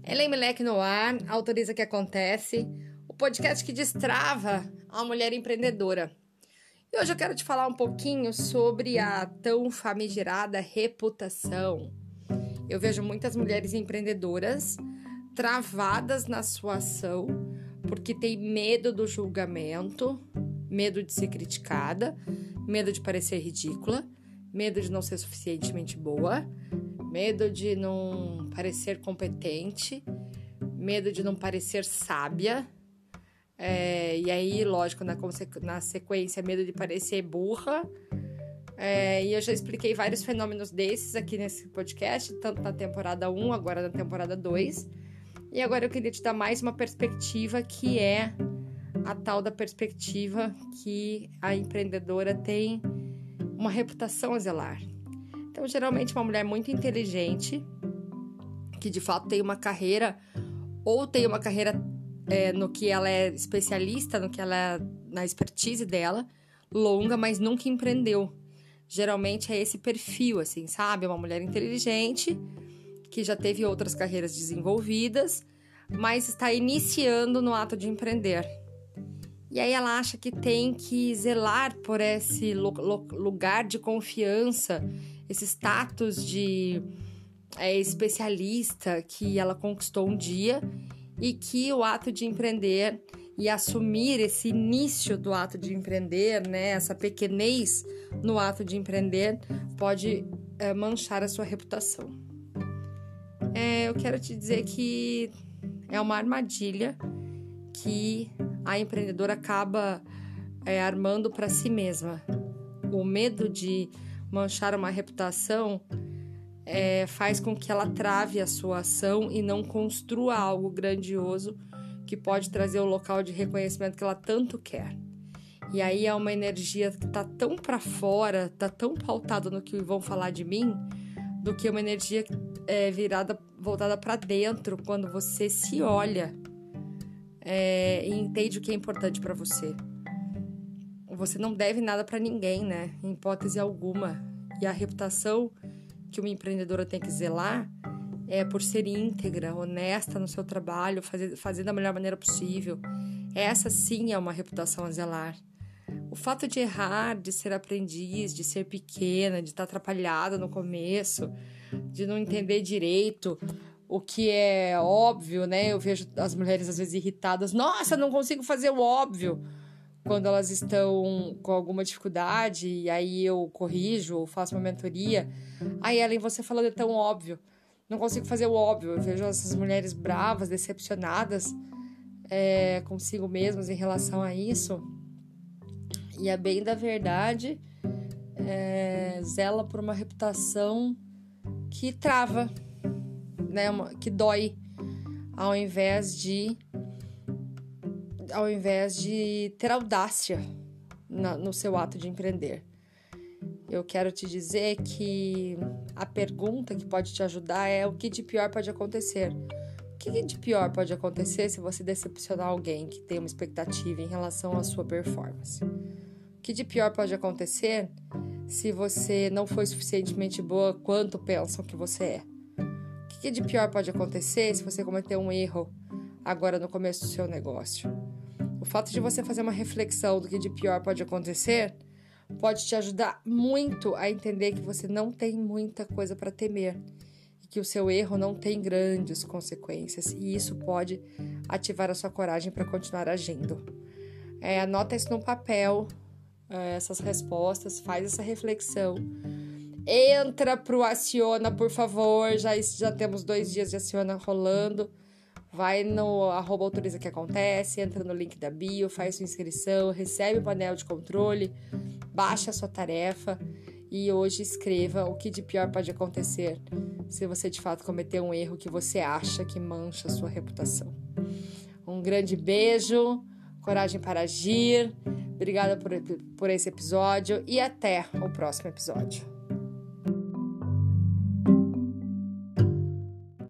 Ellen Melek no ar, Autoriza que Acontece, o podcast que destrava a mulher empreendedora. E hoje eu quero te falar um pouquinho sobre a tão famigerada reputação. Eu vejo muitas mulheres empreendedoras travadas na sua ação porque tem medo do julgamento, medo de ser criticada, medo de parecer ridícula, medo de não ser suficientemente boa, medo de não parecer competente, medo de não parecer sábia, e aí, lógico, na sequência, medo de parecer burra. E eu já expliquei vários fenômenos desses aqui nesse podcast, tanto na temporada 1, agora na temporada 2. E agora eu queria te dar mais uma perspectiva, que é a tal da perspectiva que a empreendedora tem uma reputação a zelar. Então, geralmente, uma mulher muito inteligente, que de fato tem uma carreira, ou tem uma carreira no que ela é especialista, no que ela é na expertise dela, longa, mas nunca empreendeu. Geralmente é esse perfil, assim, sabe? Uma mulher inteligente, que já teve outras carreiras desenvolvidas, mas está iniciando no ato de empreender. E aí ela acha que tem que zelar por esse lugar de confiança, esse status de especialista que ela conquistou um dia, e que o ato de empreender e assumir esse início do ato de empreender, né, essa pequenez no ato de empreender, pode manchar a sua reputação. Eu quero te dizer que é uma armadilha que a empreendedora acaba armando para si mesma. O medo de manchar uma reputação faz com que ela trave a sua ação e não construa algo grandioso que pode trazer o local de reconhecimento que ela tanto quer. E aí é uma energia que está tão para fora, está tão pautada no que vão falar de mim, do que uma energia voltada para dentro, quando você se olha e entende o que é importante para você. Você não deve nada para ninguém, né? Em hipótese alguma. E a reputação que uma empreendedora tem que zelar é por ser íntegra, honesta no seu trabalho, fazer da melhor maneira possível. Essa sim é uma reputação a zelar. O fato de errar, de ser aprendiz, de ser pequena, de estar atrapalhada no começo, de não entender direito o que é óbvio, né? Eu vejo as mulheres às vezes irritadas. Nossa, não consigo fazer o óbvio. Quando elas estão com alguma dificuldade, e aí eu corrijo ou faço uma mentoria. Aí, Ellen, você falou é tão óbvio. Não consigo fazer o óbvio. Eu vejo essas mulheres bravas, decepcionadas consigo mesmas em relação a isso. E a bem da verdade, zela por uma reputação que trava, né? Que dói, ao invés de ter audácia no seu ato de empreender. Eu quero te dizer que a pergunta que pode te ajudar é: o que de pior pode acontecer? O que de pior pode acontecer se você decepcionar alguém que tem uma expectativa em relação à sua performance? O que de pior pode acontecer se você não foi suficientemente boa quanto pensam que você é? O que de pior pode acontecer se você cometer um erro agora no começo do seu negócio? O fato de você fazer uma reflexão do que de pior pode acontecer pode te ajudar muito a entender que você não tem muita coisa para temer e que o seu erro não tem grandes consequências, e isso pode ativar a sua coragem para continuar agindo. Anota isso no papel, essas respostas, faz essa reflexão. Entra pro Aciona, por favor, já temos 2 dias de Aciona rolando. Vai no @autoriza que acontece, entra no link da bio, faz sua inscrição, recebe o painel de controle, baixa a sua tarefa e hoje escreva o que de pior pode acontecer se você de fato cometer um erro que você acha que mancha a sua reputação. Um grande beijo, coragem para agir, obrigada por esse episódio e até o próximo episódio.